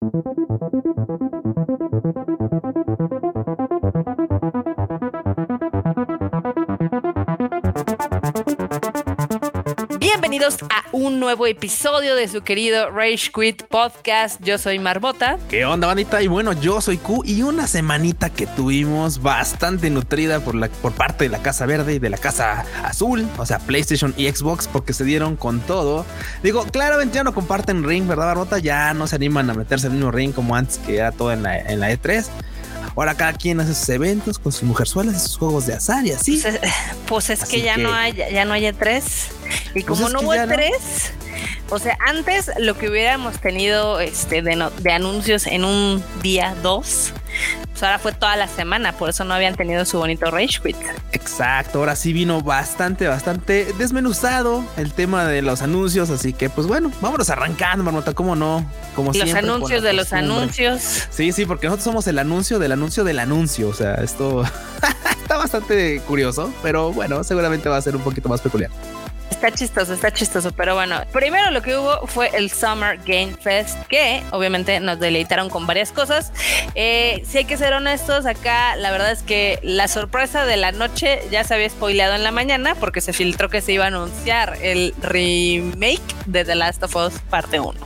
Bienvenidos a un nuevo episodio de su querido Rage Quit Podcast. Yo soy Marmota. ¿Qué onda, bandita? Y bueno, yo soy Q. Y una semanita que tuvimos bastante nutrida por parte de la Casa Verde y de la Casa Azul, o sea, PlayStation y Xbox, porque se dieron con todo. Digo, claramente ya no comparten ring, ¿verdad, Marmota? Ya no se animan a meterse en el mismo ring como antes, que era todo en la E3. Ahora cada quien hace sus eventos con sus mujerzuelas, sus juegos de azar y así. Pues es que ya no hay E3. Y como pues no hubo E3, o sea, antes lo que hubiéramos tenido de anuncios en un día, 2, pues ahora fue toda la semana, por eso no habían tenido su bonito Rage Quit. Exacto, ahora sí vino bastante desmenuzado el tema de los anuncios, así que pues bueno, vámonos arrancando, Marmota, ¿cómo no? Como los siempre, anuncios de los anuncios. Sí, porque nosotros somos el anuncio del anuncio del anuncio, o sea, esto está bastante curioso, pero bueno, seguramente va a ser un poquito más peculiar. Está chistoso, pero bueno, primero lo que hubo fue el Summer Game Fest, que obviamente nos deleitaron con varias cosas. Si hay que ser honestos, acá la verdad es que la sorpresa de la noche ya se había spoileado en la mañana, porque se filtró que se iba a anunciar el remake de The Last of Us Parte 1.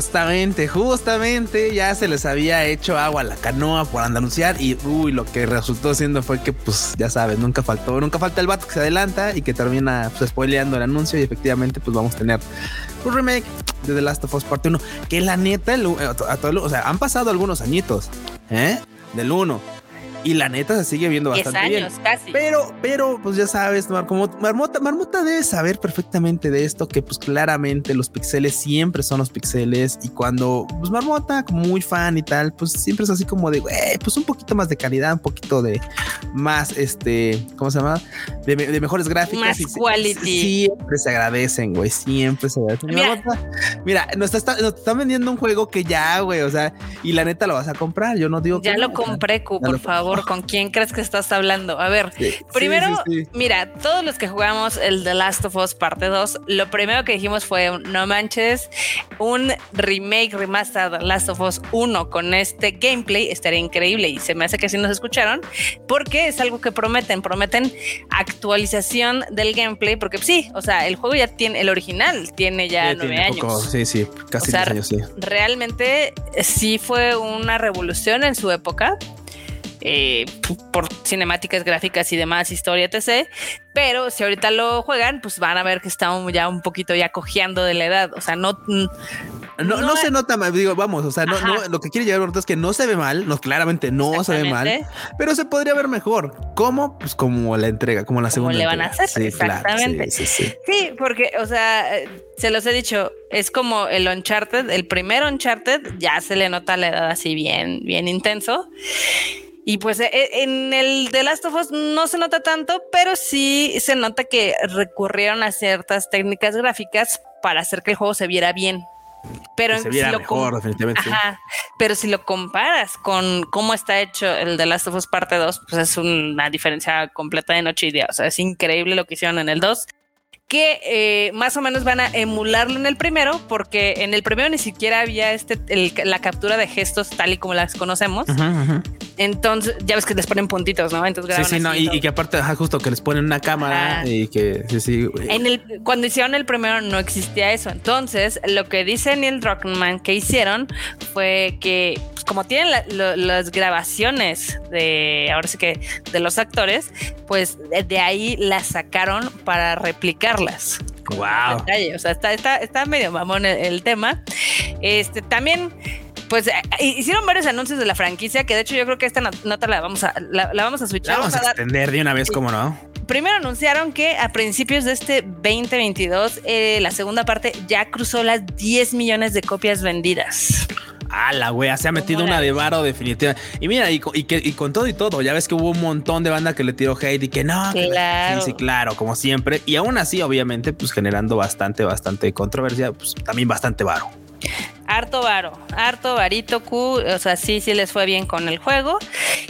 Justamente ya se les había hecho agua a la canoa por anunciar y lo que resultó siendo fue que pues ya sabes, nunca falta el vato que se adelanta y que termina pues spoileando el anuncio, y efectivamente pues vamos a tener un remake de The Last of Us Parte 1, que la neta o sea, han pasado algunos añitos del 1. Y la neta se sigue viendo bastante 10 años, bien. Casi. Pero, pues ya sabes, como Marmota debe saber perfectamente de esto, que pues claramente los pixeles siempre son los pixeles. Y cuando, pues Marmota, como muy fan y tal, pues siempre es así como de, pues un poquito más de calidad, un poquito de más, ¿cómo se llama? De mejores gráficas. Más quality. Siempre se agradecen, güey, siempre se agradecen. Mira, nos están vendiendo un juego que ya, güey, o sea, y la neta lo vas a comprar. Yo no digo que ya lo compré, Q, por favor. ¿Con quién crees que estás hablando? A ver, primero, mira, todos los que jugamos el The Last of Us Parte 2, lo primero que dijimos fue, no manches, un remaster de The Last of Us 1 con este gameplay estaría increíble, y se me hace que sí nos escucharon, porque es algo que prometen actualización del gameplay, porque sí, o sea, el juego ya tiene, el original tiene ya 9 años. Poco, sí, casi 10 años, sí. Realmente sí fue una revolución en su época. Por cinemáticas gráficas y demás, historia, etc. Pero si ahorita lo juegan, pues van a ver que estamos ya un poquito ya cojeando de la edad. O sea, no se nota mal, digo, vamos, o sea, no, lo que quiere llegar es que no se ve mal, claramente no se ve mal, pero se podría ver mejor. ¿Cómo? Pues como la entrega, como la segunda. ¿Cómo le van a hacer? Sí, exactamente. Claro, sí, porque, o sea, se los he dicho, es como el Uncharted, el primer Uncharted, ya se le nota la edad así bien intenso. Y pues en el The Last of Us no se nota tanto, pero sí se nota que recurrieron a ciertas técnicas gráficas para hacer que el juego se viera bien. Pero se viera mejor, definitivamente. Ajá, pero si lo comparas con cómo está hecho el The Last of Us Parte 2, pues es una diferencia completa de noche y día. O sea, es increíble lo que hicieron en el 2. Que más o menos van a emularlo en el primero, porque en el primero ni siquiera había la captura de gestos tal y como las conocemos. Uh-huh. Entonces, ya ves que les ponen puntitos, ¿no? Entonces y que aparte, justo que les ponen una cámara y que cuando hicieron el primero no existía eso. Entonces, lo que dice Neil Druckmann que hicieron fue que, pues, como tienen las grabaciones de los actores, pues de ahí las sacaron para replicarlas. Wow. O sea, está medio mamón el tema. También, pues hicieron varios anuncios de la franquicia, que de hecho yo creo que esta nota la vamos a switchar. Vamos a extender de una vez, ¿cómo no? Primero anunciaron que a principios de este 2022 la segunda parte ya cruzó las 10 millones de copias vendidas. La wea, se ha metido una de varo definitiva. Y mira, y con todo y todo, ya ves que hubo un montón de banda que le tiró hate y que no, claro. Sí, claro, como siempre. Y aún así, obviamente, pues generando bastante controversia, pues también bastante varo. Harto varito, Q, o sea, sí les fue bien con el juego.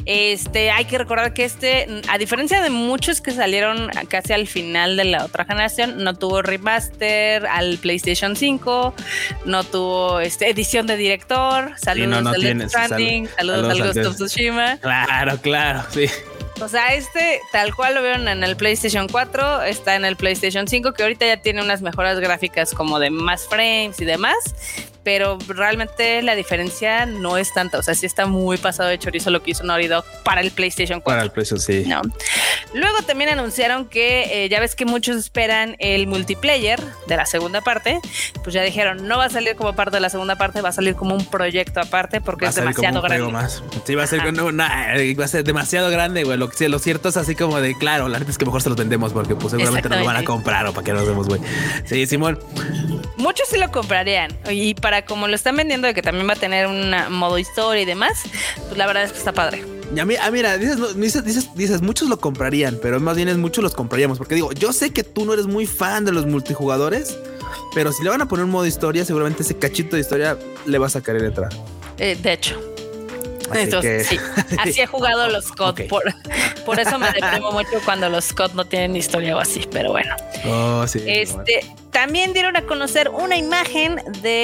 Hay que recordar que a diferencia de muchos que salieron casi al final de la otra generación, no tuvo remaster al PlayStation 5, no tuvo edición de director. Saludos al Death Stranding, saludos al Ghost of Tsushima. Claro, sí. O sea, tal cual lo vieron en el PlayStation 4, está en el PlayStation 5, que ahorita ya tiene unas mejoras gráficas como de más frames y demás, pero realmente la diferencia no es tanta. O sea, sí está muy pasado de chorizo lo que hizo Naughty Dog para el PlayStation 4. Para el PlayStation, sí. No. Luego también anunciaron que ya ves que muchos esperan el multiplayer de la segunda parte. Pues ya dijeron, no va a salir como parte de la segunda parte, va a salir como un proyecto aparte porque es demasiado grande. Más. Sí, va a ser va a ser demasiado grande, güey. Lo cierto es así como de, claro, la neta es que mejor se los vendemos porque pues seguramente no lo van a comprar o para que nos demos, güey. Sí, Simón. Muchos sí lo comprarían, y para como lo están vendiendo de que también va a tener un modo historia y demás, pues la verdad es que está padre. Mira, dices, muchos lo comprarían, pero más bien es muchos los compraríamos, porque digo, yo sé que tú no eres muy fan de los multijugadores, pero si le van a poner un modo historia, seguramente ese cachito de historia le vas a querer entrar. De hecho. Entonces, sí, así he jugado los COD. Okay. Por eso me deprimo mucho cuando los COD no tienen historia o así, pero bueno. Sí, también dieron a conocer una imagen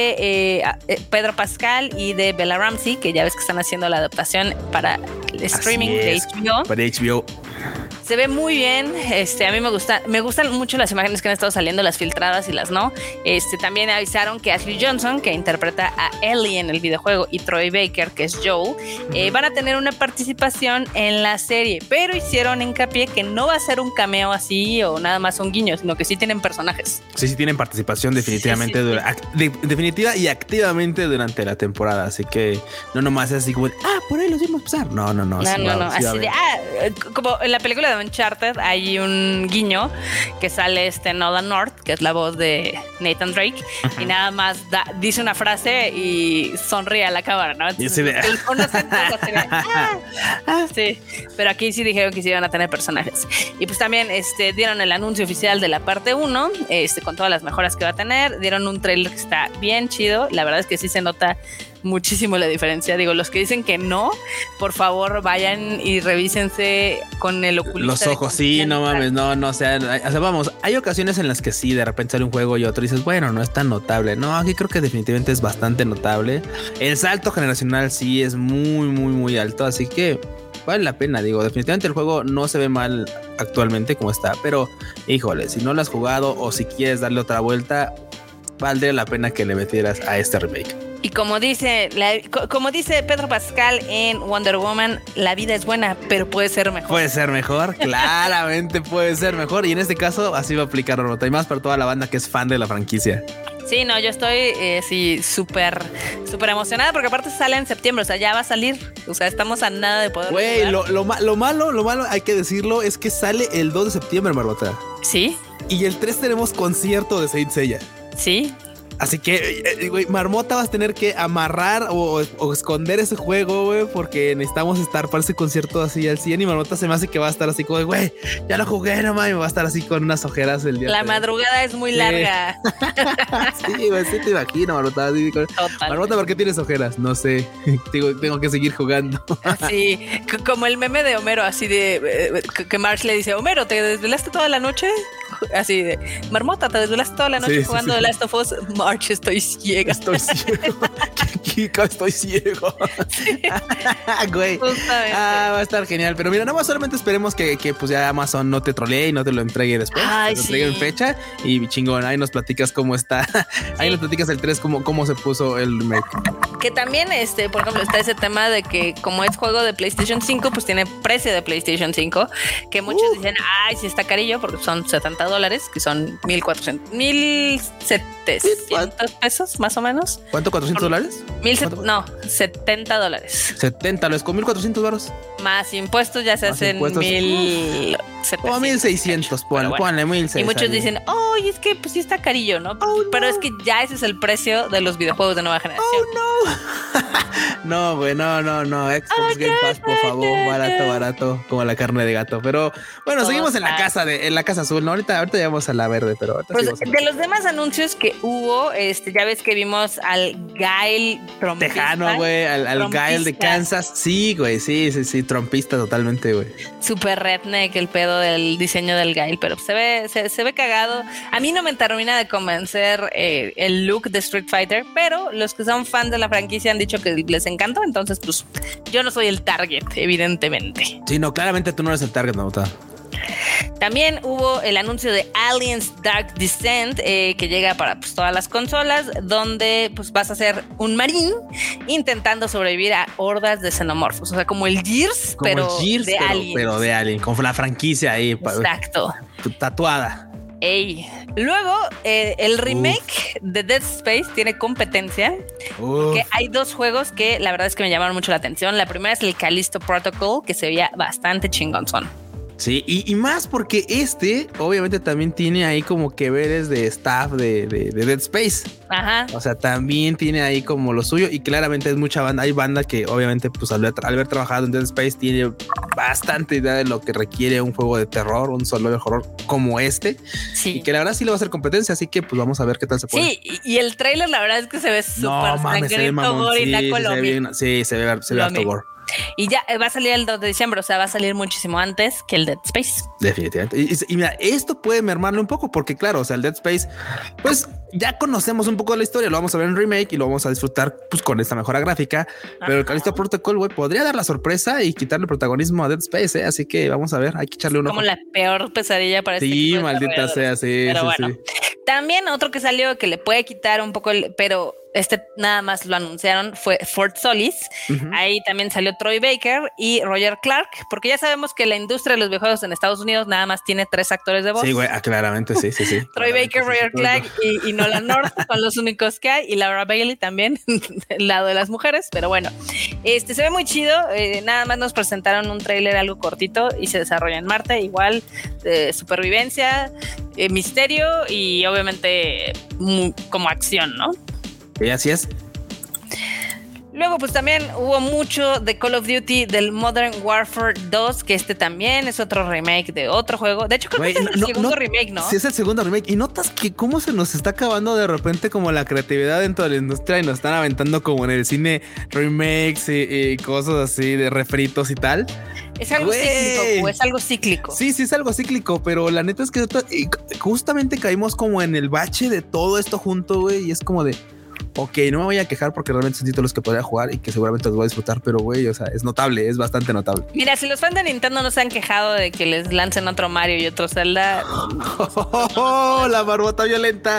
de Pedro Pascal y de Bella Ramsey, que ya ves que están haciendo la adaptación para el streaming de HBO. Para HBO. Se ve muy bien. A mí me gustan mucho las imágenes que han estado saliendo, las filtradas y las no. También avisaron que Ashley Johnson, que interpreta a Ellie en el videojuego, y Troy Baker, que es Joel, van a tener una participación en la serie, pero hicieron hincapié que no va a ser un cameo así o nada más un guiño, sino que sí tienen personajes. Sí tienen participación definitivamente, definitiva y activamente durante la temporada, así que no nomás es así como, por ahí los vimos pasar. No. Así de, como en la película de Uncharted hay un guiño que sale Nolan North, que es la voz de Nathan Drake, y nada más dice una frase y sonríe a la cámara, ¿no? Entonces, sí, pero aquí sí dijeron que sí iban a tener personajes. Y pues también dieron el anuncio oficial de la parte 1, con todas las mejoras que va a tener. Dieron un trailer que está bien chido. La verdad es que sí se nota muchísimo la diferencia. Digo, los que dicen que no, por favor vayan y revísense con el oculista. Los ojos, sí, no mames, no, o sea, vamos, hay ocasiones en las que sí, de repente sale un juego y otro y dices, bueno, no es tan notable. No, aquí creo que definitivamente es bastante notable. El salto generacional sí es muy, muy, muy alto, así que vale la pena. Digo, definitivamente el juego no se ve mal actualmente como está, pero híjole, si no lo has jugado o si quieres darle otra vuelta, valdría la pena que le metieras a este remake. Y como dice Pedro Pascal en Wonder Woman, la vida es buena, pero puede ser mejor. Puede ser mejor, claramente puede ser mejor. Y en este caso, así va a aplicar Marmota. Y más para toda la banda que es fan de la franquicia. Sí, no, yo estoy súper emocionada porque aparte sale en septiembre, o sea, ya va a salir. O sea, estamos a nada de poder. Güey, lo malo, hay que decirlo, es que sale el 2 de septiembre, Marmota. Sí. Y el 3 tenemos concierto de Saint Seiya. Sí. Así que, güey, Marmota, vas a tener que amarrar o esconder ese juego, güey, porque necesitamos estar para ese concierto así al 100. Y Marmota se me hace que va a estar así como, güey, ya lo jugué, no mames, me va a estar así con unas ojeras el día. La madrugada es muy larga. Sí, güey, sí te imagino, Marmota. Marmota, ¿por qué tienes ojeras? No sé, tengo que seguir jugando. Sí, como el meme de Homero, así de que Marge le dice, Homero, ¿te desvelaste toda la noche? Así de, Marmota, ¿te desvelaste toda la noche jugando The Last of Us? Marge, estoy ciega. Estoy ciego. Kika, estoy ciego. Sí. Güey. Va a estar genial. Pero mira, nada más solamente esperemos que pues ya Amazon no te trolee y no te lo entregue después. Te lo entregue en fecha. Y chingón, ahí nos platicas cómo está. Ahí nos platicas el 3, cómo se puso el remake. Que también, por ejemplo, está ese tema de que como es juego de PlayStation 5, pues tiene precio de PlayStation 5. Que muchos dicen, ay, sí está carillo, porque son $70, que son 1,400, 1,700 pesos, más o menos. ¿Cuánto? ¿$400? No, $70. 70, ¿lo es con 1,400 varos? Más impuestos ya se hacen 1,700. O 1,600, ponle 1,600. Y muchos dicen, es que pues sí está carillo, ¿no? Pero es que ya ese es el precio de los videojuegos de nueva generación. Oh, no. No, güey, no. Xbox Game Pass, por favor, barato, como la carne de gato. Pero bueno, seguimos en la casa azul, ¿no? Ahorita llegamos a la verde, pero pues de los demás anuncios que hubo, ya ves que vimos al Gail trompista. Tejano, güey, al Gail de Kansas. Sí, güey, sí, trompista totalmente, güey. Super redneck el pedo del diseño del Gail, pero se ve cagado. A mí no me termina de convencer el look de Street Fighter, pero los que son fans de la franquicia han dicho que les encantó, entonces pues yo no soy el target, evidentemente. Sí, no, claramente tú no eres el target, no. También hubo el anuncio de Aliens Dark Descent, que llega para pues, todas las consolas, donde pues vas a ser un marín intentando sobrevivir a hordas de xenomorfos, o sea, como el Gears, pero de Alien, con la franquicia ahí. Exacto. Tatuada. Ey. Luego, el remake de Dead Space tiene competencia. Que hay dos juegos que la verdad es que me llamaron mucho la atención. La primera es el Callisto Protocol, que se veía bastante chingonzón. Sí, y más porque obviamente también tiene ahí como que veres de staff de Dead Space. Ajá. O sea, también tiene ahí como lo suyo y claramente es mucha banda. Hay banda que obviamente pues al haber trabajado en Dead Space tiene bastante idea de lo que requiere un juego de terror, un survival horror como Sí. Y que la verdad sí le va a hacer competencia, así que pues vamos a ver qué tal se pone. Sí, y el tráiler la verdad es que se ve súper sangriento, gore y naco lo mismo. Sí, se ve harto gore. Y ya va a salir el 2 de diciembre, o sea, va a salir muchísimo antes que el Dead Space. Definitivamente. Y mira, esto puede mermarle un poco porque claro, o sea, el Dead Space, pues ya conocemos un poco de la historia, lo vamos a ver en remake y lo vamos a disfrutar pues con esta mejora gráfica. Pero el Callisto Protocol, güey, podría dar la sorpresa y quitarle protagonismo a Dead Space, ¿eh? Así que vamos a ver, hay que echarle un ojo. Como la peor pesadilla para Sí, maldita sea, sí. Pero sí, bueno. sí. También otro que salió que le puede quitar un poco pero nada más lo anunciaron, fue Fort Solis. Ahí también salió Troy Baker y Roger Clark, porque ya sabemos que la industria de los videojuegos en Estados Unidos nada más tiene 3 actores de voz. Sí, güey, claramente, sí. Troy Baker, Roger Clark y Nolan North son los únicos que hay, y Laura Bailey también, del lado de las mujeres, pero bueno, se ve muy chido. Nada más nos presentaron un tráiler algo cortito y se desarrolla en Marte, igual de supervivencia, misterio y obviamente como acción, ¿no? Y así es. Luego, pues también hubo mucho de Call of Duty del Modern Warfare 2, que también es otro remake de otro juego. De hecho, creo que es el segundo remake, ¿no? Sí, es el segundo remake. Y notas que cómo se nos está acabando de repente como la creatividad dentro de la industria y nos están aventando como en el cine remakes y cosas así de refritos y tal. ¿Es algo cíclico o es algo cíclico? Sí, es algo cíclico, pero la neta es que justamente caímos como en el bache de todo esto junto, güey, y es como de... Ok, no me voy a quejar porque realmente son títulos que podría jugar y que seguramente los voy a disfrutar, pero güey, o sea, es notable, es bastante notable. Mira, si los fans de Nintendo no se han quejado de que les lancen otro Mario y otro Zelda. La barbota violenta.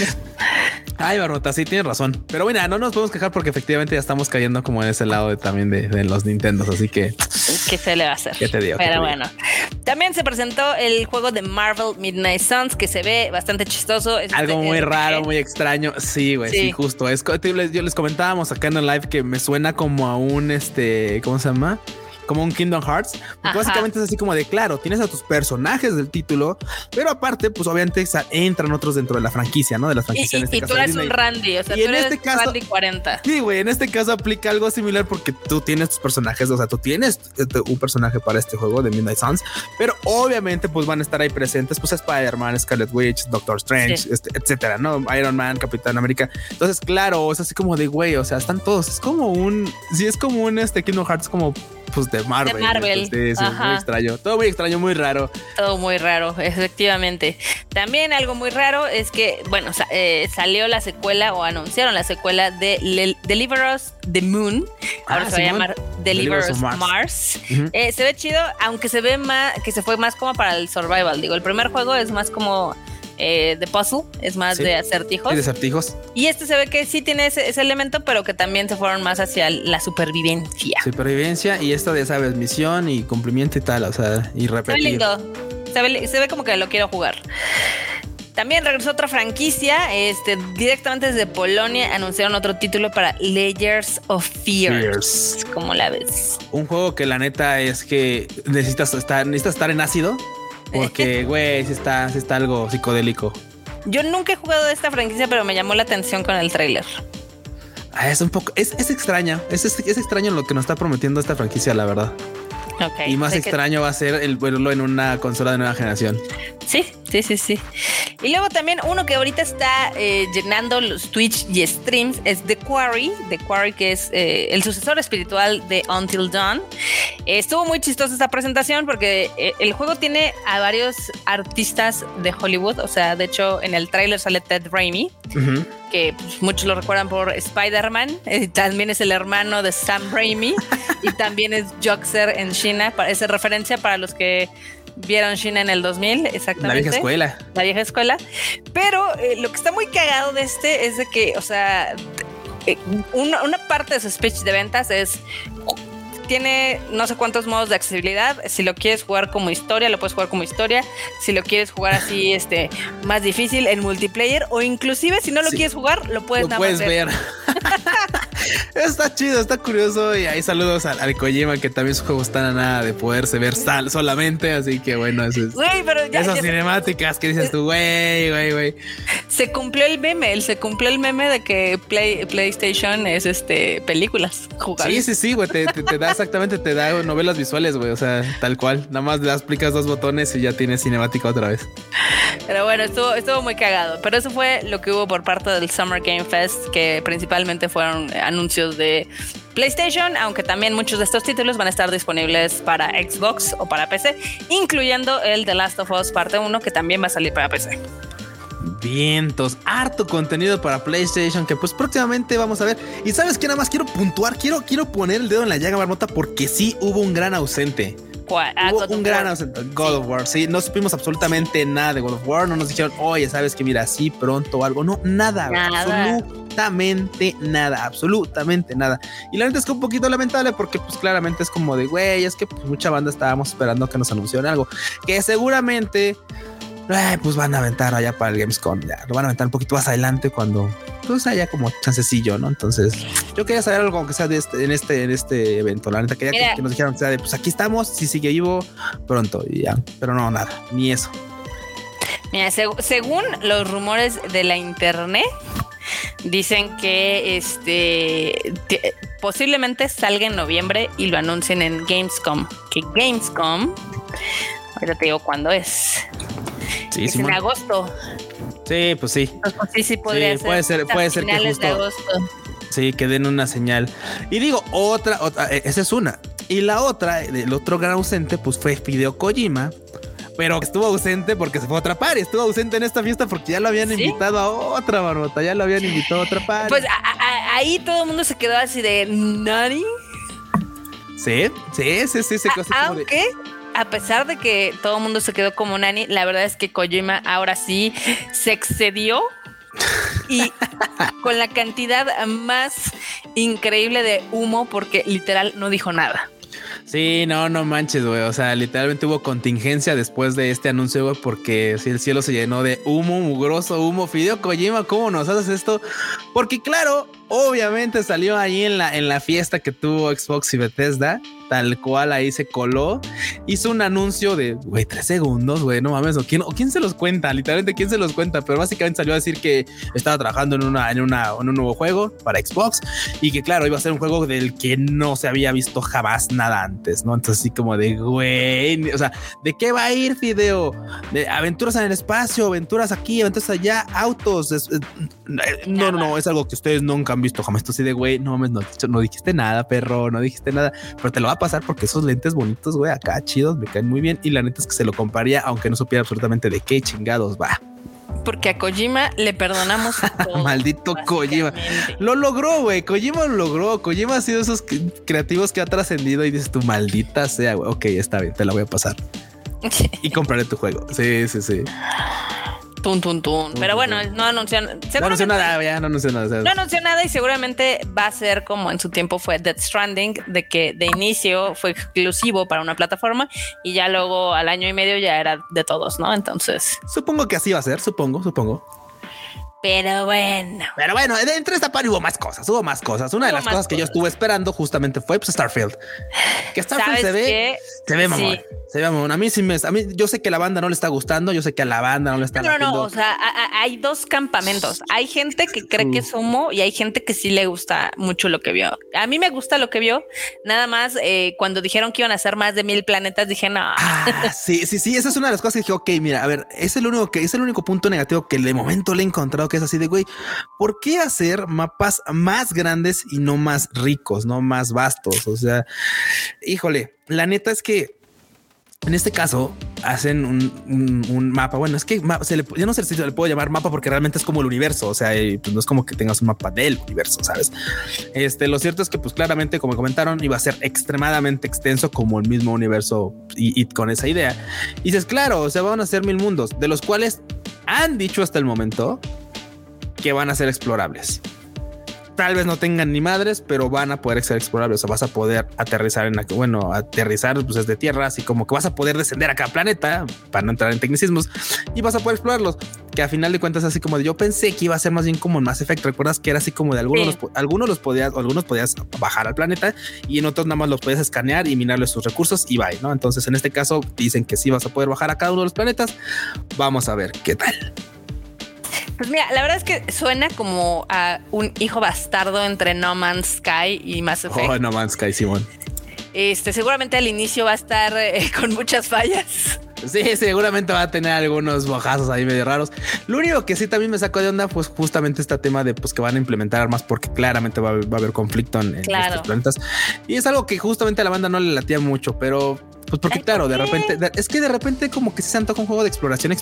Ay, Barbota, sí, tienes razón. Pero bueno, no nos podemos quejar porque efectivamente ya estamos cayendo como en ese lado también de los Nintendos, así que... ¿Qué se le va a hacer? ¿Qué te digo? Pero bueno, también se presentó el juego de Marvel Midnight Suns, que se ve bastante chistoso. Algo muy raro, muy extraño. Sí, güey, sí, justo. Yo les comentábamos acá en el live que me suena como a un, ¿cómo se llama? Como un Kingdom Hearts. Básicamente es así como de, claro, tienes a tus personajes del título, pero aparte, pues obviamente entran otros dentro de la franquicia, ¿no? De la franquicia en este caso. Y tú eres un Randy, o sea, tú eres Randy 40. Sí, güey, en este caso aplica algo similar porque tú tienes tus personajes, o sea, tú tienes un personaje para este juego de Midnight Suns, pero obviamente pues van a estar ahí presentes, pues Spider-Man, Scarlet Witch, Doctor Strange, etcétera, ¿no? Iron Man, Capitán América. Entonces, claro, es así como de, güey, o sea, están todos, es como un Kingdom Hearts como pues de Marvel. De Marvel. Sí, muy extraño. Todo muy extraño, muy raro. Todo muy raro, efectivamente. También algo muy raro es que, bueno, salió la secuela o anunciaron la secuela de Deliver Us the Moon. Ahora se va a llamar Deliver Us Mars. Se ve chido, aunque se ve que se fue más como para el survival. Digo, el primer juego es más como de puzzle, es más de acertijos. Y se ve que sí tiene ese elemento, pero que también se fueron más hacia la supervivencia. Y esto de, sabes, misión y cumplimiento y tal, o sea, y repetir. Se ve lindo. Se ve como que lo quiero jugar. También regresó otra franquicia, directamente desde Polonia anunciaron otro título para Layers of Fears. ¿Cómo la ves? Un juego que la neta es que necesitas estar en ácido. Porque, güey, sí está algo psicodélico. Yo nunca he jugado de esta franquicia, pero me llamó la atención con el tráiler. Es un poco, es extraño, es extraño lo que nos está prometiendo esta franquicia, la verdad. Okay, y más extraño va a ser el verlo en una consola de nueva generación. Sí. Y luego también uno que ahorita está llenando los Twitch y streams es The Quarry. The Quarry, que es el sucesor espiritual de Until Dawn. Estuvo muy chistosa esta presentación porque el juego tiene a varios artistas de Hollywood. O sea, de hecho, en el tráiler sale Ted Raimi, que pues, muchos lo recuerdan por Spider-Man. También es el hermano de Sam Raimi y también es Joxer en China. Es referencia para los que vieron China en el 2000, exactamente. La vieja escuela. Pero lo que está muy cagado de este es de que, o sea, una parte de su speech de ventas es... Tiene no sé cuántos modos de accesibilidad. Si lo quieres jugar como historia, lo puedes jugar como historia. Si lo quieres jugar así, más difícil en multiplayer, o inclusive si no lo quieres jugar, lo puedes ver. Está chido, está curioso. Y ahí saludos al Kojima, que también sus juegos están a nada de poderse ver solamente. Así que bueno, eso es, pero esas cinemáticas que dices tú, güey. Se cumplió el meme. De que PlayStation es películas jugables. Sí, güey. Te da exactamente, te da novelas visuales, güey. O sea, tal cual. Nada más le aplicas 2 botones y ya tienes cinemática otra vez. Pero bueno, estuvo muy cagado. Pero eso fue lo que hubo por parte del Summer Game Fest, que principalmente fueron anuncios de PlayStation, aunque también muchos de estos títulos van a estar disponibles para Xbox o para PC, incluyendo el The Last of Us Parte 1, que también va a salir para PC. Vientos, harto contenido para PlayStation que pues próximamente vamos a ver. Y sabes que nada más quiero puntuar, quiero poner el dedo en la llaga, Marmota, porque sí hubo un gran ausente. ¿Cuál? Hubo un gran ausente. God of War, sí, no supimos absolutamente nada de God of War, no nos dijeron, oye, sabes que mira, sí, pronto o algo, no, nada. Absolutamente nada. Y la neta es que un poquito lamentable porque pues claramente es como de, güey, es que pues mucha banda estábamos esperando que nos anunciaran algo que seguramente pues van a aventar allá para el Gamescom, ya lo van a aventar un poquito más adelante cuando pues haya como chancecillo, ¿no? Entonces yo quería saber algo que sea de en este evento, la neta quería que nos dijeran que sea de pues aquí estamos, si sigue vivo pronto y ya, pero no, nada, ni eso. Mira, según los rumores de la internet, dicen que posiblemente salga en noviembre y lo anuncien en Gamescom, que Gamescom, ahorita te digo cuándo es. Sí, es en agosto. Sí, pues sí. Pues sí, podría ser. Puede ser que justo, de agosto. Sí, que den una señal. Y digo, otra, esa es una. Y la otra, el otro gran ausente, pues fue Hideo Kojima. Pero estuvo ausente porque se fue a otra party. Estuvo ausente en esta fiesta porque ya lo habían invitado a otra, Barbota. Ya lo habían invitado a otra party. Pues ahí todo el mundo se quedó así de ¿nani? Sí. Aunque a pesar de que todo el mundo se quedó como nani, la verdad es que Kojima ahora sí se excedió y con la cantidad más increíble de humo, porque literal no dijo nada. Sí, no manches, güey. O sea, literalmente hubo contingencia después de este anuncio, güey, porque si el cielo se llenó de humo, mugroso humo. Hideo Kojima, ¿cómo nos haces esto? Porque claro, obviamente salió ahí en la fiesta que tuvo Xbox y Bethesda, tal cual ahí se coló, hizo un anuncio de, güey, 3 segundos, güey, no mames, ¿quién se los cuenta? Literalmente, ¿quién se los cuenta? Pero básicamente salió a decir que estaba trabajando en un nuevo juego para Xbox y que claro, iba a ser un juego del que no se había visto jamás nada antes, ¿no? Entonces así como de, güey, o sea, ¿de qué va a ir, Fideo? ¿De aventuras en el espacio, aventuras aquí, aventuras allá, autos? No, es algo que ustedes nunca han visto jamás. Esto así de, güey, no mames, no dijiste nada, perro, no dijiste nada, pero te lo va a pasar porque esos lentes bonitos, güey, acá chidos, me caen muy bien y la neta es que se lo compraría aunque no supiera absolutamente de qué chingados va. Porque a Kojima le perdonamos todo. Maldito Kojima. Lo logró, güey. Kojima lo logró. Kojima ha sido esos creativos que ha trascendido y dices tu maldita sea, güey. Ok, está bien, te la voy a pasar. Y compraré tu juego. Sí. Pero bueno, no anunció nada. No anunció nada. No anunció nada y seguramente va a ser como en su tiempo fue Death Stranding, de que de inicio fue exclusivo para una plataforma y ya luego al año y medio ya era de todos, ¿no? Entonces... Supongo que así va a ser, supongo. Pero bueno, entre esta par hubo más cosas. Una de las cosas que yo estuve esperando justamente fue pues, Starfield. Que Starfield se ve mamón. Sí. Se ve mamón. A mí yo sé que a la banda no le está gustando, yo sé que a la banda no le está gustando. No, o sea, hay dos campamentos. Hay gente que cree que es humo y hay gente que sí le gusta mucho lo que vio. A mí me gusta lo que vio. Nada más cuando dijeron que iban a hacer más de 1000 planetas, dije no. Sí. Esa es una de las cosas que dije, ok, mira, a ver, es el único punto negativo que de momento le he encontrado, que es así de güey, ¿por qué hacer mapas más grandes y no más ricos, no más vastos? O sea, híjole, la neta es que en este caso hacen un mapa. Bueno, es que yo no sé si se le puedo llamar mapa porque realmente es como el universo. O sea, pues no es como que tengas un mapa del universo, sabes? Lo cierto es que, pues claramente, como comentaron, iba a ser extremadamente extenso como el mismo universo y con esa idea. Y dices, claro, o sea, van a ser 1000 mundos, de los cuales han dicho hasta el momento que van a ser explorables. Tal vez no tengan ni madres, pero van a poder ser explorables. O sea, vas a poder aterrizar aterrizar pues desde tierra, así como que vas a poder descender a cada planeta para no entrar en tecnicismos y vas a poder explorarlos. Que a final de cuentas, así como yo pensé que iba a ser más bien como en Mass Effect. ¿Recuerdas que era así como de algunos podías bajar al planeta y en otros nada más los podías escanear y minarles sus recursos y bye, ¿no? Entonces, en este caso dicen que sí vas a poder bajar a cada uno de los planetas. Vamos a ver qué tal. Pues mira, la verdad es que suena como a un hijo bastardo entre No Man's Sky y Mass Effect. Oh, No Man's Sky, Simón. Seguramente al inicio va a estar con muchas fallas. Sí, seguramente va a tener algunos bojazos ahí medio raros. Lo único que sí también me sacó de onda, pues justamente este tema de pues que van a implementar armas porque claramente va a haber conflicto en estos planetas. Y es algo que justamente a la banda no le latía mucho, pero pues porque claro, de repente como que se antoja un juego de exploración.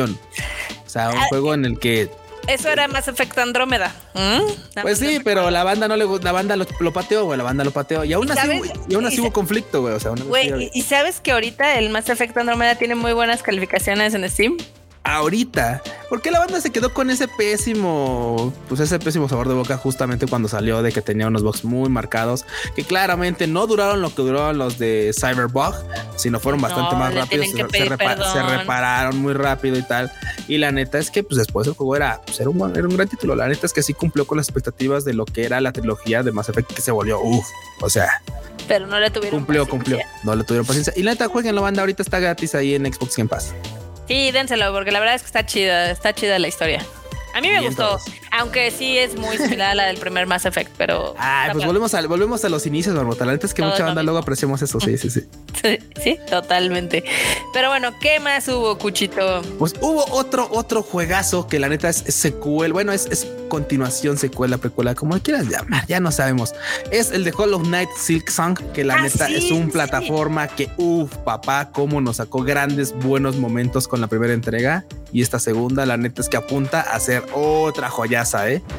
O sea, un juego en el que eso era Mass Effect Andrómeda. Pues sí, pero la banda no le gusta, la banda lo pateó, güey, y aún así hubo conflicto, güey, o sea, güey, y sabes que ahorita el Mass Effect Andrómeda tiene muy buenas calificaciones en Steam. Ahorita, porque la banda se quedó con ese pésimo sabor de boca justamente cuando salió, de que tenía unos bugs muy marcados que claramente no duraron lo que duraron los de Cyberbug, sino fueron bastante más rápidos, se repararon muy rápido y tal. Y la neta es que pues después el juego era un gran título. La neta es que sí cumplió con las expectativas de lo que era la trilogía de Mass Effect, que se volvió o sea, pero no le tuvieron cumplió, no le tuvieron paciencia. Y la neta, jueguen la banda, ahorita está gratis ahí en Xbox Game Pass. Sí, dénselo, porque la verdad es que está chida la historia. A mí me gustó, aunque sí es muy similar a la del primer Mass Effect, pero... pues volvemos a los inicios, Marmota. La neta es que mucha banda luego apreciamos eso, sí. Sí, totalmente. Pero bueno, ¿qué más hubo, Cuchito? Pues hubo otro juegazo que la neta es secuela, bueno, es continuación, secuela, precuela, como quieras llamar, ya no sabemos. Es el de Hollow Knight Silksong, que la neta es un plataforma que, papá, cómo nos sacó grandes, buenos momentos con la primera entrega. Y esta segunda, la neta es que apunta a ser otra joyaza,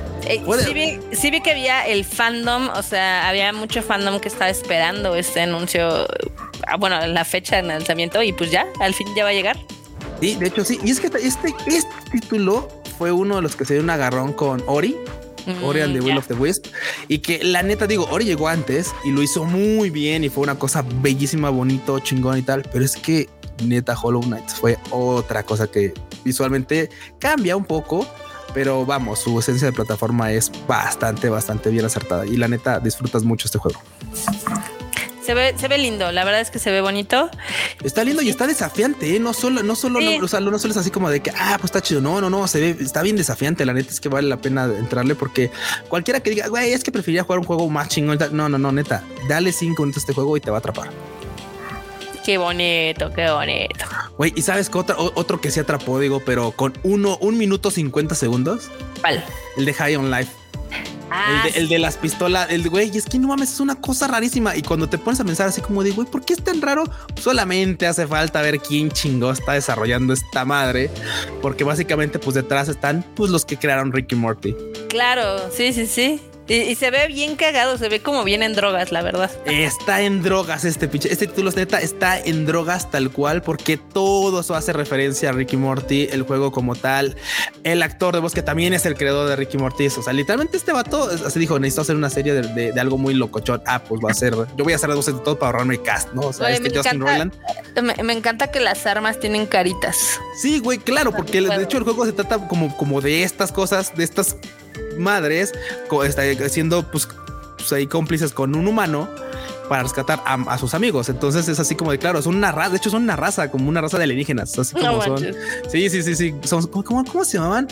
sí vi que había el fandom, o sea, había mucho fandom que estaba esperando este anuncio, bueno, la fecha de lanzamiento, y pues ya, al fin ya va a llegar. Sí, de hecho sí, y es que este título fue uno de los que se dio un agarrón con Ori and the Will of the Wisp, y que la neta digo, Ori llegó antes y lo hizo muy bien y fue una cosa bellísima, bonito, chingón y tal, pero es que neta Hollow Knight fue otra cosa que visualmente cambia un poco, pero vamos, su esencia de plataforma es bastante bien acertada y la neta disfrutas mucho este juego. Se ve lindo, la verdad es que se ve bonito. Está lindo y está desafiante, no solo es así como de que pues está chido, no, está bien desafiante, la neta es que vale la pena entrarle, porque cualquiera que diga, güey, es que preferiría jugar un juego más chingón, no, neta, dale 5 minutos a este juego y te va a atrapar. Qué bonito. Güey, ¿y sabes que otro que se atrapó, digo, pero con 1 minuto 50 segundos? ¿Cuál? El de High on Life. El de las pistolas, güey, y es que no mames, es una cosa rarísima. Y cuando te pones a pensar así como de, güey, ¿por qué es tan raro? Solamente hace falta ver quién chingó está desarrollando esta madre, porque básicamente pues detrás están pues los que crearon Rick y Morty. Claro, sí. Y se ve bien cagado, se ve como bien en drogas, la verdad. Está en drogas este título, neta, está en drogas tal cual, porque todo eso hace referencia a Ricky Morty, el juego como tal, el actor de voz que también es el creador de Ricky Morty. O sea, literalmente este vato así dijo, necesito hacer una serie de algo muy locochón. Pues va a ser, yo voy a hacer las voces de todo para ahorrarme el cast, ¿no? O sea, güey, Justin Roiland. Me encanta que las armas tienen caritas. Sí, güey, claro, porque de hecho el juego se trata como de estas cosas, de estas madres siendo pues ahí cómplices con un humano para rescatar a sus amigos. Entonces es así como de claro, son una raza, de hecho son una raza, como una raza de alienígenas, así como son. Sí. Son, ¿cómo se llamaban?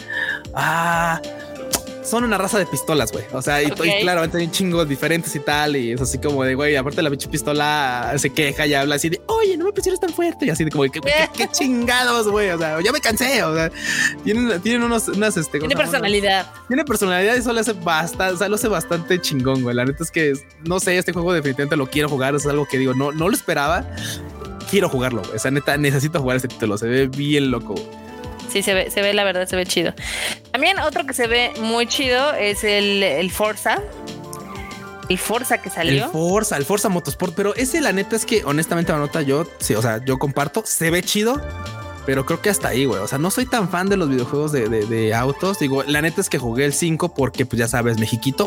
Son una raza de pistolas, güey. O sea, y claro, tienen chingos diferentes y tal. Y es así como de, güey, aparte la pinche pistola se queja y habla así de, oye, no me presiones tan fuerte. Y así de como, ¿qué chingados, güey? O sea, ya me cansé. O sea, tienen unas tiene personalidad. Tiene personalidad y eso le hace bastante, o sea, lo hace bastante chingón, güey. La neta es que, no sé, este juego definitivamente lo quiero jugar. Es algo que digo, no lo esperaba. Quiero jugarlo, güey. O sea, neta, necesito jugar este título. Se ve bien loco, güey. Sí, se ve, la verdad, se ve chido. También otro que se ve muy chido es el Forza. El Forza que salió. El Forza Motorsport. Pero ese, la neta, es que honestamente, la nota, yo comparto, se ve chido, pero creo que hasta ahí, güey. O sea, no soy tan fan de los videojuegos de autos. Digo, la neta es que jugué el 5 porque, pues ya sabes, Mexiquito.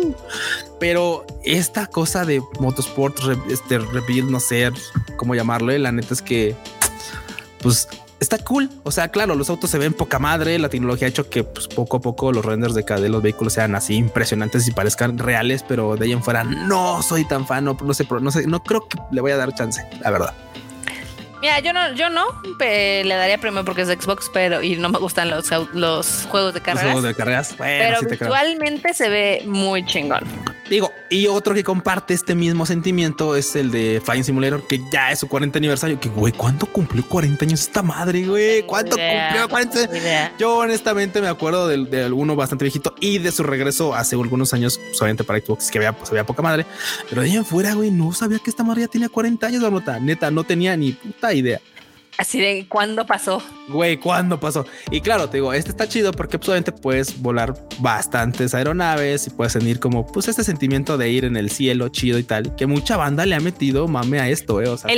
Pero esta cosa de Motorsport, Rebuild, no sé cómo llamarlo, la neta es que, pues, está cool. O sea, claro, los autos se ven poca madre. La tecnología ha hecho que pues, poco a poco los renders de los vehículos sean así impresionantes y parezcan reales, pero de ahí en fuera no soy tan fan. No sé, no creo que le voy a dar chance, la verdad. Mira, yo no le daría premio porque es de Xbox, y no me gustan los juegos de carreras. Los juegos de carreras, bueno, pero visualmente se ve muy chingón. Digo, y otro que comparte este mismo sentimiento es el de Flying Simulator, que ya es su 40 aniversario. Que güey, ¿cuánto cumplió 40 años esta madre, güey? ¿Cuánto cumplió 40? Yo honestamente me acuerdo de uno bastante viejito y de su regreso hace algunos años, solamente para Xbox, que había poca madre. Pero de ahí en fuera, güey, no sabía que esta madre ya tenía 40 años, la nota. Neta, no tenía ni puta idea. Así de ¿cuándo pasó? Güey, ¿cuándo pasó? Y claro, te digo, este está chido porque pues, obviamente puedes volar bastantes aeronaves y puedes sentir como pues este sentimiento de ir en el cielo chido y tal, que mucha banda le ha metido mame a esto, O sea,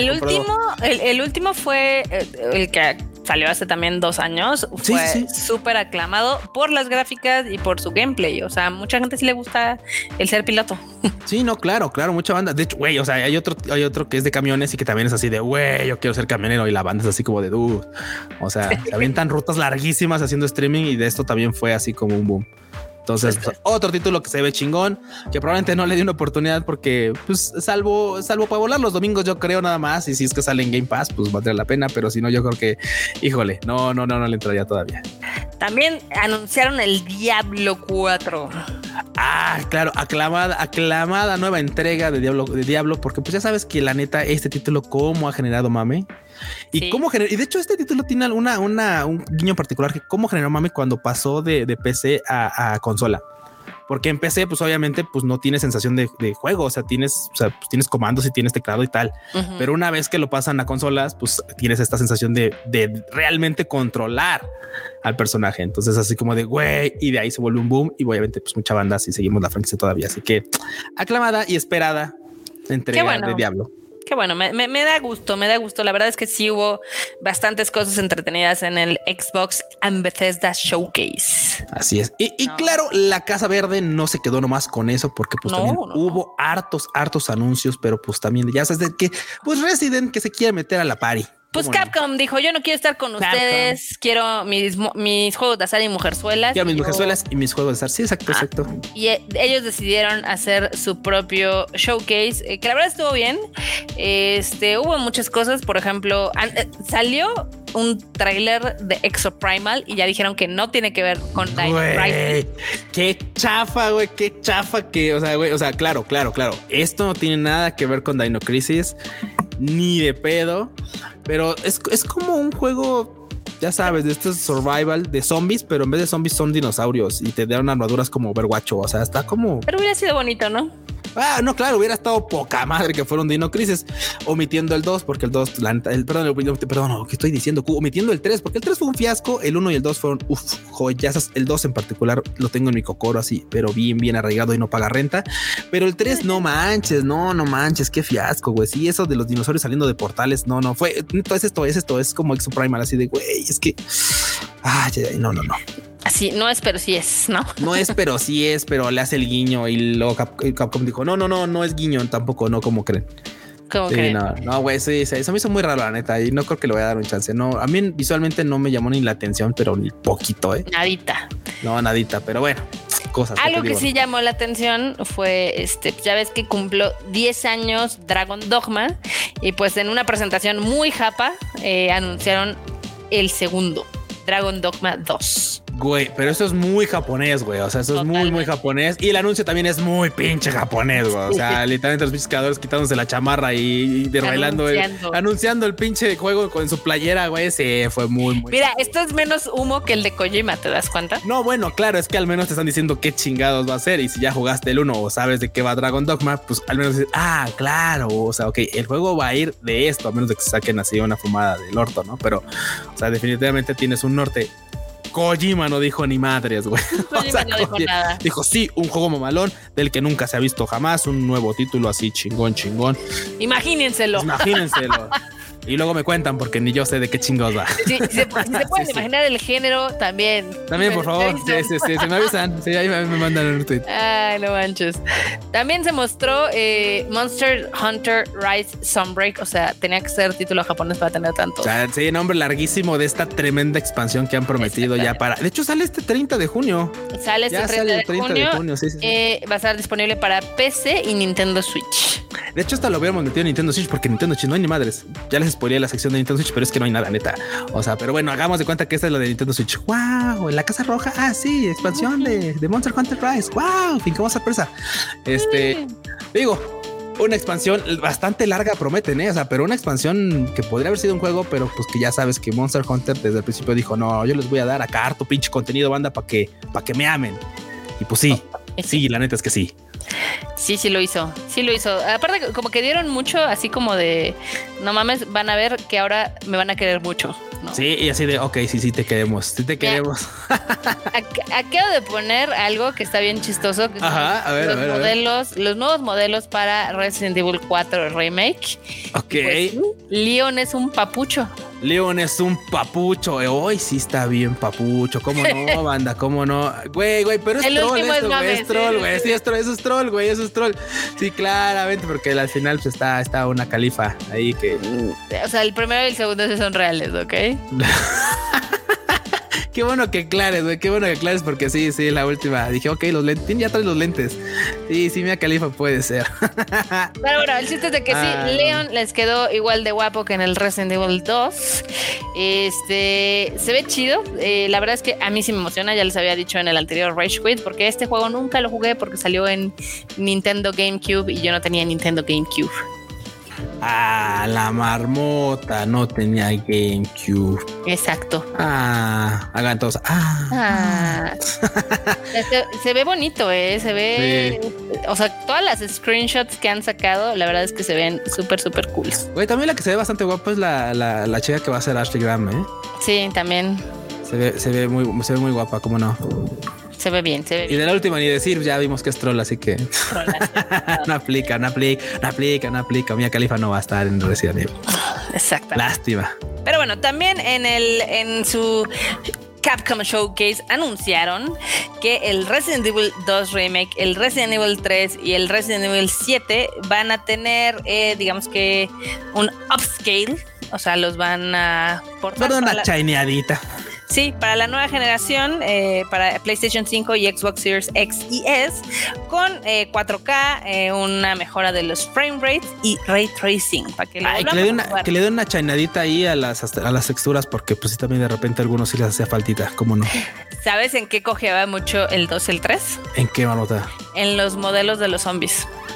el último fue el que salió hace también 2 años. Fue súper aclamado por las gráficas y por su gameplay. O sea, mucha gente sí le gusta el ser piloto. Sí, no, claro, mucha banda. De hecho, güey, o sea, hay otro que es de camiones y que también es así de, güey, yo quiero ser camionero, y la banda es así como de, o sea, se avientan rutas larguísimas haciendo streaming y de esto también fue así como un boom. Entonces, otro título que se ve chingón, que probablemente no le di una oportunidad porque, pues, salvo para volar los domingos, yo creo nada más. Y si es que sale en Game Pass, pues valdría la pena. Pero si no, yo creo que, híjole, no le entraría todavía. También anunciaron el Diablo 4. Claro, aclamada nueva entrega de Diablo, porque pues ya sabes que la neta, este título, cómo ha generado mame. Y y de hecho este título tiene un guiño particular, que cómo generó mame cuando pasó de PC a consola. Porque en PC, pues obviamente, pues no tienes sensación de juego. O sea, tienes comandos y tienes teclado y tal. Pero una vez que lo pasan a consolas, pues tienes esta sensación de realmente controlar al personaje. Entonces, así como de güey, y de ahí se vuelve un boom. Y obviamente, pues mucha banda si seguimos la franquicia todavía. Así que aclamada y esperada entrega de Diablo. Qué bueno, me da gusto. La verdad es que sí hubo bastantes cosas entretenidas en el Xbox and Bethesda Showcase. Así es. Y claro, la Casa Verde no se quedó nomás con eso, porque pues también hubo hartos anuncios, pero pues también ya sabes de que pues Resident que se quiere meter a la party. Pues Capcom dijo, yo no quiero estar con ustedes, quiero mis juegos de azar y mujerzuelas. Quiero mis mujerzuelas y mis juegos de azar. Sí, exacto. Y ellos decidieron hacer su propio showcase, que la verdad estuvo bien. Hubo muchas cosas, por ejemplo, salió un tráiler de Exoprimal y ya dijeron que no tiene que ver con Dino Crisis. Qué chafa, güey, qué chafa que, o sea, claro. Esto no tiene nada que ver con Dino Crisis, ni de pedo. Pero es como un juego, ya sabes, de este survival de zombies, pero en vez de zombies son dinosaurios y te dan armaduras como Overwatch. O sea, está como... Pero hubiera sido bonito, ¿no? No, claro, hubiera estado poca madre que fuera un Dino Crisis, omitiendo el 2, porque el 2, perdón, ¿qué estoy diciendo? Omitiendo el 3, porque el 3 fue un fiasco, el 1 y el 2 fueron joyasas. El 2 en particular lo tengo en mi cocoro así, pero bien arraigado y no paga renta. Pero el 3, no manches, qué fiasco, güey. Sí, eso de los dinosaurios saliendo de portales, no, fue, es esto, es como Exoprimal, así de, güey, es que, no. Así, no es, pero sí es, ¿no? No es, pero sí es, pero le hace el guiño y luego Capcom dijo, no es guiño tampoco, no como creen. ¿Cómo creen? No, güey, sí, eso me hizo muy raro, la neta, y no creo que le voy a dar un chance. No, a mí visualmente no me llamó ni la atención, pero ni poquito, Nadita. No, nadita, pero bueno, cosas. Algo que sí llamó la atención fue, ya ves que cumplió 10 años Dragon Dogma, y pues en una presentación muy japa anunciaron el segundo, Dragon Dogma 2. Güey, pero eso es muy japonés, güey. O sea, eso es muy japonés. Y el anuncio también es muy pinche japonés, güey. O sea, literalmente los pinches creadores quitándose la chamarra y derrailando, anunciando el pinche juego con su playera, güey. Sí, fue muy. Mira, esto es menos humo que el de Kojima, ¿te das cuenta? No, bueno, claro, es que al menos te están diciendo qué chingados va a ser. Y si ya jugaste el 1 o sabes de qué va Dragon Dogma, pues al menos dices, claro. O sea, ok, el juego va a ir de esto, a menos de que saquen así una fumada del orto, ¿no? Pero, o sea, definitivamente tienes un norte. Kojima no dijo ni madres, güey. Kojima no dijo nada. Dijo, sí, un juego mamalón del que nunca se ha visto jamás, un nuevo título así chingón. Imagínenselo. Y luego me cuentan porque ni yo sé de qué chingados va. Sí, si se pueden imaginar el género, también. También, por favor. Sí, se me avisan. Sí, ahí me mandan un tweet. Ay, no manches. También se mostró Monster Hunter Rise Sunbreak. O sea, tenía que ser título japonés para tener tanto. O sea, sí, nombre larguísimo de esta tremenda expansión que han prometido ya para... De hecho, sale este 30 de junio. Sale este 30 de junio. Sí. Va a estar disponible para PC y Nintendo Switch. De hecho, hasta lo hubiéramos metido en Nintendo Switch porque Nintendo Switch no hay ni madres. Ya les spoileé la sección de Nintendo Switch, pero es que no hay nada, neta. O sea, pero bueno, hagamos de cuenta que esta es la de Nintendo Switch. ¡Wow! En la Casa Roja. Sí, expansión de Monster Hunter Rise. ¡Wow! Fin, como sorpresa. Digo, una expansión bastante larga prometen, O sea, pero una expansión que podría haber sido un juego, pero pues que ya sabes que Monster Hunter desde el principio dijo, no, yo les voy a dar acá harto pinche contenido, banda, para que me amen. Y pues sí, la neta es que sí. Sí lo hizo. Aparte, como que dieron mucho, así como de no mames, van a ver que ahora me van a querer mucho, ¿no? Sí, y así de ok, sí te queremos. Acabo de poner algo que está bien chistoso. Que a ver. Los nuevos modelos para Resident Evil 4 Remake. Ok. Pues, Leon es un papucho. Hoy sí está bien papucho. ¿Cómo no, banda? ¿Cómo no? Güey, pero es troll esto, güey. Es troll, güey. Sí, eso es troll, güey. Eso es troll. Sí, claramente, porque al final pues, está una califa ahí que... O sea, el primero y el segundo sí son reales, ¿ok? Qué bueno que aclares, güey. Qué bueno que aclares porque sí, la última. Dije, ok, los lentes. Ya traes los lentes. Sí, Mia Khalifa puede ser. Pero bueno, el chiste es de que sí, Leon les quedó igual de guapo que en el Resident Evil 2. Se ve chido. La verdad es que a mí sí me emociona. Ya les había dicho en el anterior Rage Quit, porque este juego nunca lo jugué porque salió en Nintendo GameCube y yo no tenía Nintendo GameCube. La marmota no tenía GameCube. Exacto. Hagan todos. Se ve bonito, se ve. Sí. O sea, todas las screenshots que han sacado, la verdad es que se ven súper cool. Güey, también la que se ve bastante guapa es la chica que va a ser Ashley Graham, Sí, también. Se ve muy guapa, ¿cómo no? Se ve bien. Y de la última ni decir, ya vimos que es troll, así que no aplica. Mia Khalifa no va a estar en Resident Evil. Exacto. Lástima. Pero bueno, también en su Capcom Showcase anunciaron que el Resident Evil 2 Remake, el Resident Evil 3 y el Resident Evil 7 van a tener, digamos que un upscale. O sea, los van a portar. Una chaineadita. Sí, para la nueva generación, para PlayStation 5 y Xbox Series X y S, con 4K, una mejora de los frame rates y ray tracing. Para que le dé una chainadita ahí a las texturas, porque pues sí, también de repente a algunos sí les hacía faltita, ¿cómo no? ¿Sabes en qué cojeaba mucho el 2 y el 3? ¿En qué, marmota? En los modelos de los zombies.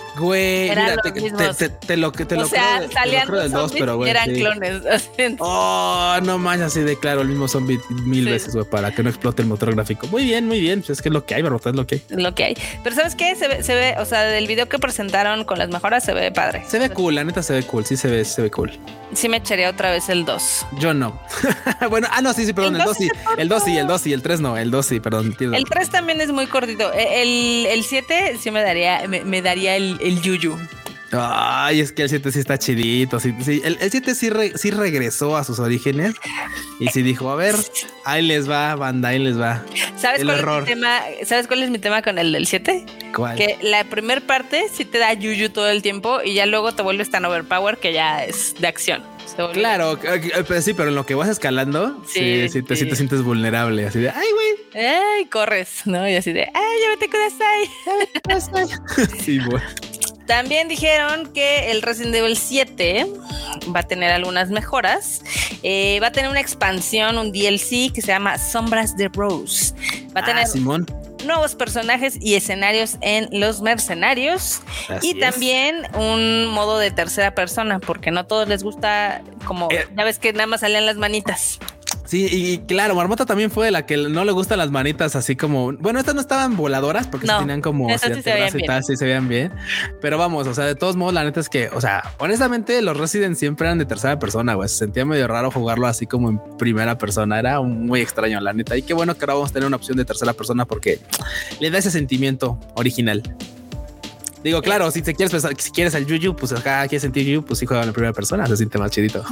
Güey, eran mira, te lo creo del 2, pero güey. Eran clones. Oh, no manches, así de claro, el mismo zombie 1000 veces, güey, para que no explote el motor gráfico. Muy bien, pues es que es lo que hay, ¿verdad? Es lo que hay. Lo que hay. Pero ¿sabes qué? Se ve, o sea, del video que presentaron con las mejoras se ve padre. Se ve cool, la neta se ve cool, sí se ve cool. Sí me echaría otra vez el 2. Yo no. Bueno, no, sí, perdón, el 2 sí. El 2 sí, el 3 no, el 2 sí, perdón. El 3 también es muy cortito. El 7 sí me daría el yuyu. Ay, es que el 7 sí está chidito. Sí, el 7 sí regresó a sus orígenes y sí dijo, a ver, ahí les va, banda, ahí les va. ¿Sabes cuál es mi tema con el del 7? ¿Cuál? Que la primera parte sí te da yuyu todo el tiempo y ya luego te vuelves tan overpower que ya es de acción. Claro, sí, pero en lo que vas escalando, sí te sientes vulnerable, así de, ay, güey. Ay, corres, ¿no? Y así de, ay, ya vete. Sí, güey. También dijeron que el Resident Evil 7 va a tener algunas mejoras. Va a tener una expansión, un DLC que se llama Sombras de Rose. Va a tener nuevos personajes y escenarios en Los Mercenarios. Así y también un modo de tercera persona, porque no a todos les gusta, como ya ves que nada más salían las manitas. Sí, y claro, Marmota también fue de la que no le gustan las manitas así como... Bueno, estas no estaban voladoras porque no, tenían como... Sí se veían bien. Pero vamos, o sea, de todos modos, la neta es que... O sea, honestamente, los Resident siempre eran de tercera persona, güey. Se sentía medio raro jugarlo así como en primera persona. Era muy extraño, la neta. Y qué bueno que ahora vamos a tener una opción de tercera persona porque le da ese sentimiento original. Digo, claro, si quieres el Yuyu, pues acá quieres sentir Yuyu, pues sí juega en primera persona, se siente más chidito.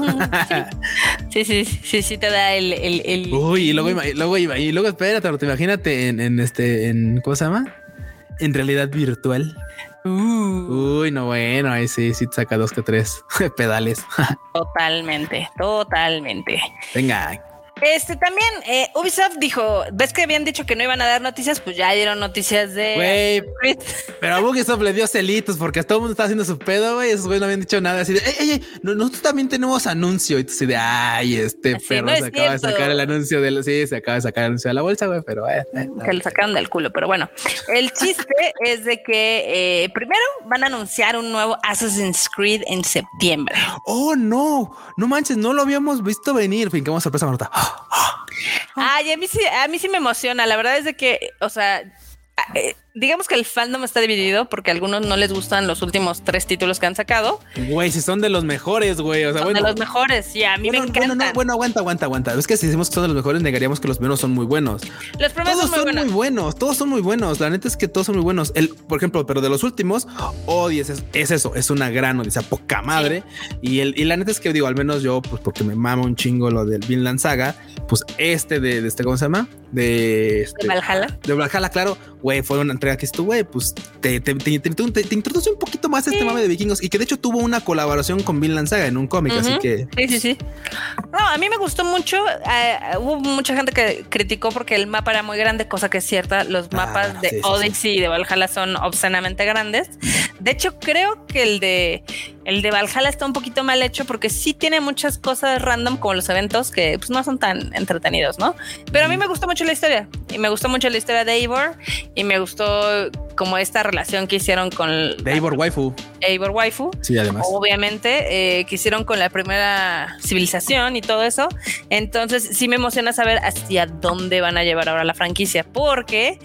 Sí, te da el... Uy, y luego espérate, imagínate en ¿cómo se llama? En realidad virtual. Uy, no, bueno, ahí sí te saca 2 que 3 pedales. Totalmente. Venga. También Ubisoft dijo, ves que habían dicho que no iban a dar noticias, pues ya dieron noticias de... Güey, pero a Ubisoft le dio celitos porque todo el mundo estaba haciendo su pedo, güey, esos güeyes no habían dicho nada, así de, nosotros también tenemos anuncio, y tú así de, ay, perro no se acaba de sacar el anuncio se acaba de sacar el anuncio de la bolsa, güey, pero... que lo sacaron del culo, pero bueno, el chiste es de que primero van a anunciar un nuevo Assassin's Creed en septiembre. Oh, no manches, no lo habíamos visto venir, fincamos sorpresa, Marta. Ay, a mí sí me emociona. La verdad es de que, o sea, digamos que el fandom está dividido porque a algunos no les gustan los últimos 3 títulos que han sacado. Güey, si son de los mejores, güey. O sea, son de los mejores, sí, a mí me encantan. Bueno, aguanta. Es que si decimos que son de los mejores, negaríamos que los primeros son muy buenos. Los primeros son muy buenos. Todos son muy buenos. La neta es que todos son muy buenos. Por ejemplo, pero de los últimos, es eso. Es una gran odisea, poca madre. Sí. Y la neta es que digo, al menos yo, pues porque me mama un chingo lo del Vinland Saga, pues de ¿cómo se llama? De Valhalla. De Valhalla, claro. Güey, fue una entrega que estuvo, güey, pues te introduce un poquito más este mame de vikingos y que de hecho tuvo una colaboración con Vinland Saga en un cómic, así que... Sí. No, a mí me gustó mucho. Hubo mucha gente que criticó porque el mapa era muy grande, cosa que es cierta. Los mapas de Odyssey y de Valhalla son obscenamente grandes. De hecho, creo que el de Valhalla está un poquito mal hecho porque sí tiene muchas cosas random como los eventos que pues no son tan entretenidos, ¿no? Pero a mí me gustó mucho la historia y me gustó mucho la historia de Eivor y me gustó como esta relación que hicieron con... De Eivor Waifu. Sí, además. Obviamente, que hicieron con la primera civilización y todo eso. Entonces sí me emociona saber hacia dónde van a llevar ahora la franquicia porque,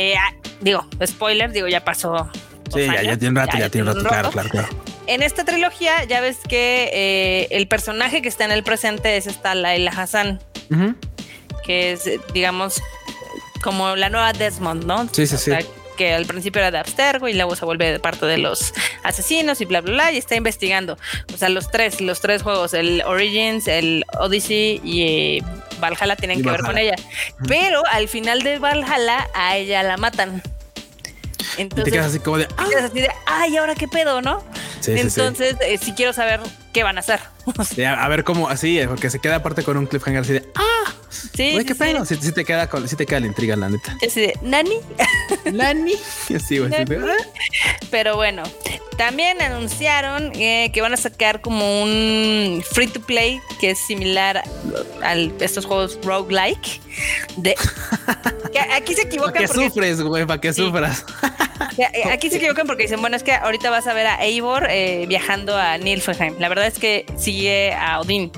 spoiler, ya pasó. Sí, ya tiene un rato, claro. En esta trilogía ya ves que el personaje que está en el presente es esta Layla Hassan, que es, digamos, como la nueva Desmond, ¿no? Sí. Sea, que al principio era de Abstergo y luego se vuelve parte de los asesinos y bla, bla, bla, y está investigando. O sea, los tres juegos, el Origins, el Odyssey y Valhalla tienen que ver con ella. Pero al final de Valhalla a ella la matan. Entonces, te quedas así como de... ay, ¿ahora qué pedo, no? Entonces, sí quiero saber qué van a hacer. Sí, a ver cómo, así, porque se queda aparte con un cliffhanger así de... Sí, güey, qué pedo. Sí te queda la intriga, la neta. Así de, ¿Nani? Sí, güey. pero bueno, también anunciaron que van a sacar como un free to play que es similar a estos juegos roguelike. Aquí se equivocan. Para que sufres, güey, para que sufras. Aquí se equivocan porque dicen, bueno, es que ahorita vas a ver a Eivor viajando a Niflheim. La verdad es que sigue a Odín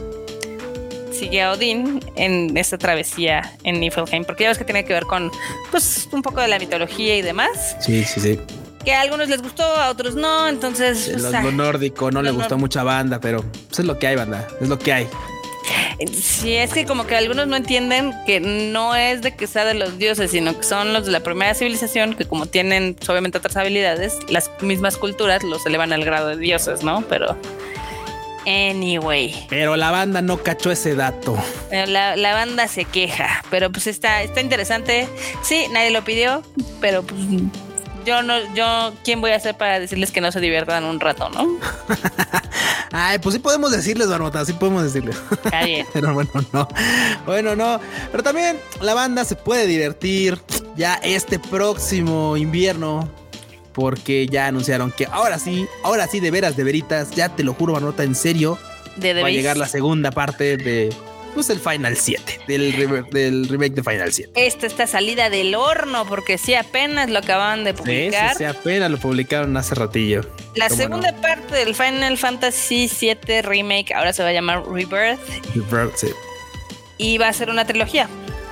en esta travesía en Niflheim, porque ya ves que tiene que ver con pues un poco de la mitología y demás. Sí. Que a algunos les gustó, a otros no, entonces... Lo nórdico no le gustó a mucha banda, pero pues es lo que hay, banda, es lo que hay. Sí, es que como que algunos no entienden que no es de que sea de los dioses, sino que son los de la primera civilización que como tienen pues, obviamente otras habilidades, las mismas culturas los elevan al grado de dioses, ¿no? Pero... Anyway. Pero la banda no cachó ese dato. La banda se queja, pero pues está interesante. Sí, nadie lo pidió, pero pues... Yo, ¿quién voy a ser para decirles que no se diviertan un rato, no? Ay, pues sí podemos decirles, Marmota, sí podemos decirles. Está bien. Pero bueno, no. Pero también la banda se puede divertir ya este próximo invierno, porque ya anunciaron que ahora sí, de veras, de veritas, ya te lo juro, Marmota, en serio, va a llegar la segunda parte de... Pues el Final 7, del remake de Final 7. Esta está salida del horno, porque sí, apenas lo acaban de publicar. Sí, apenas lo publicaron hace ratillo. La segunda parte del Final Fantasy 7 Remake ahora se va a llamar Rebirth. Sí. Y va a ser una trilogía.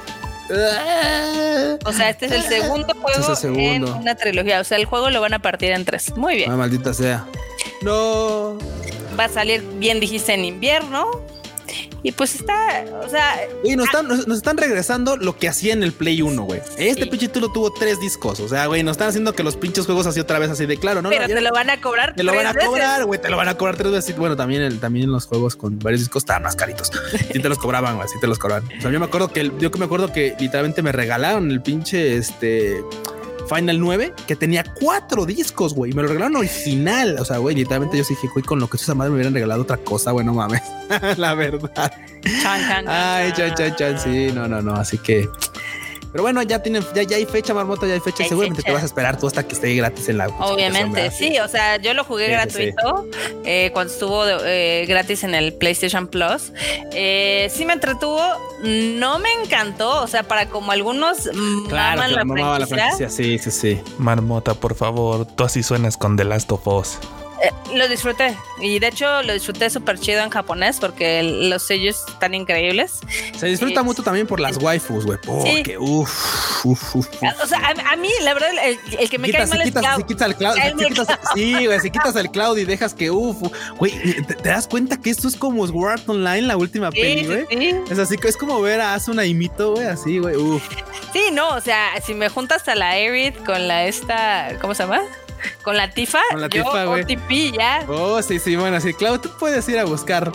O sea, este es el segundo juego en una trilogía. O sea, el juego lo van a partir en 3. Muy bien. Maldita sea. No. Va a salir, bien dijiste, en invierno. Y pues está, o sea... Y nos están regresando lo que hacía en el Play 1, güey. Este pinche título tuvo 3 discos. O sea, güey, nos están haciendo que los pinches juegos así otra vez así de claro, ¿no? Pero te lo van a cobrar 3 veces. Te lo van a cobrar 3 veces. Bueno, también los juegos con varios discos estaban más caritos. Sí te los cobraban, güey, sí te los cobraban. O sea, yo me acuerdo que literalmente me regalaron el pinche Final 9, que tenía 4 discos, güey. Me lo regalaron original. O sea, güey, literalmente yo dije, güey, con lo que esa madre me hubieran regalado otra cosa, güey, no mames. La verdad. Ay, chan. Sí, no. Así que... Pero bueno, ya hay fecha, Marmota, ya hay fecha. Seguramente te vas a esperar tú hasta que esté gratis en la... Obviamente, sí. O sea, yo lo jugué gratuito cuando estuvo gratis en el PlayStation Plus. Sí me entretuvo. No me encantó. O sea, para como algunos maman la franquicia. Sí. Marmota, por favor, tú así suenas con The Last of Us. Lo disfruté y de hecho lo disfruté súper chido en japonés porque los sellos están increíbles. Se disfruta mucho también por las waifus, güey, porque sí. Uf. O sea, a mí la verdad el que me cae mal es Cloud. Si quitas el Cloud y dejas que güey, ¿te das cuenta que esto es como Sword Art Online, la última peli, güey? Sí. Es así, es como ver a Asuna y Mito, güey, así, güey, Sí, no, o sea, si me juntas a la Aerith con ¿cómo se llama? Con la Tifa, güey. OTP ya. Sí, bueno, sí, claro, tú puedes ir a buscar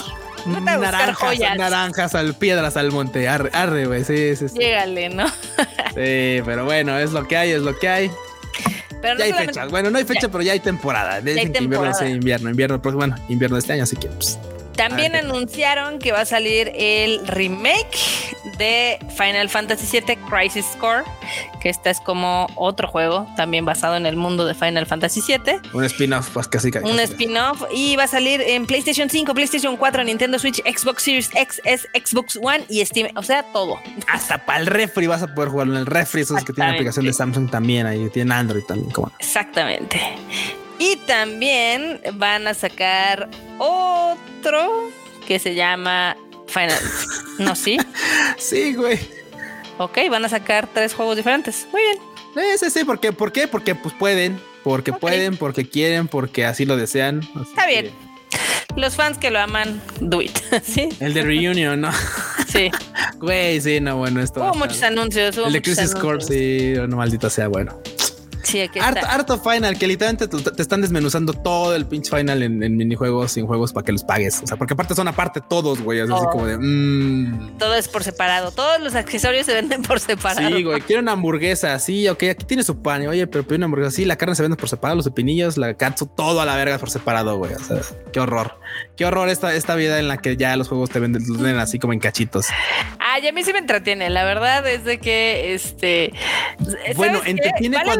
naranjas piedras al monte. Arre, güey, sí. Llégale, ¿no? Sí, pero bueno, es lo que hay. Pero ya hay fechas. Bueno, no hay fecha, pero ya hay temporada. Dicen que invierno, pues bueno, invierno de este año, así que pues. También anunciaron que va a salir el remake de Final Fantasy VII Crisis Core, que este es como otro juego también basado en el mundo de Final Fantasy VII. Un spin-off, pues casi. Un spin-off y va a salir en PlayStation 5, PlayStation 4, Nintendo Switch, Xbox Series XS, Xbox One y Steam. O sea, todo. Hasta para el refri vas a poder jugarlo en el refri. Esos que tienen aplicación de Samsung también, ahí tienen Android también. Exactamente. Y también van a sacar otro que se llama Final... ¿No, sí? Sí, güey. Ok, van a sacar 3 juegos diferentes. Muy bien. Sí. ¿Por qué? Porque pues pueden. Porque pueden, porque quieren, porque así lo desean. Así está bien. Los fans que lo aman, do it. ¿Sí? El de Reunion, ¿no? Sí. Güey, sí, no, bueno, esto. Hubo muchos anuncios. El de Crisis Core, sí, no, maldita sea, bueno. Sí, aquí harto Final, que literalmente te están desmenuzando todo el pinche Final en minijuegos, sin juegos para que los pagues. O sea, porque aparte son aparte todos, güey. Así como de... Todo es por separado. Todos los accesorios se venden por separado. Sí, güey. Quiero una hamburguesa. Sí, ok. Aquí tiene su pan. Oye, pero una hamburguesa. Sí, la carne se vende por separado. Los pepinillos, la katsu, todo a la verga por separado, güey. O sea, qué horror. Qué horror esta vida en la que ya los juegos te venden así como en cachitos. Y a mí sí me entretiene. La verdad es de que bueno, entretiene vale cuando... la pena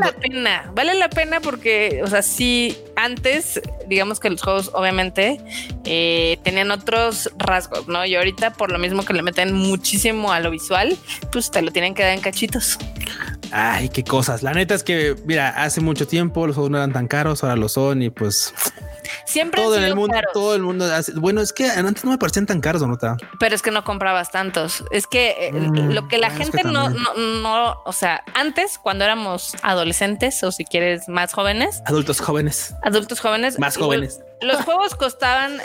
Vale la pena porque, o sea, sí, antes, digamos que los juegos obviamente tenían otros rasgos, ¿no? Y ahorita, por lo mismo que le meten muchísimo a lo visual, pues te lo tienen que dar en cachitos. Ay, qué cosas. La neta es que, mira, hace mucho tiempo los juegos no eran tan caros, ahora lo son y pues... Siempre todo en el mundo, caros. todo el mundo hace, bueno, es que antes no me parecían tan caros, ¿no? Pero es que no comprabas tantos. Es que lo que la gente es que no, o sea, antes cuando éramos adolescentes o si quieres más jóvenes, adultos jóvenes, más jóvenes, los juegos costaban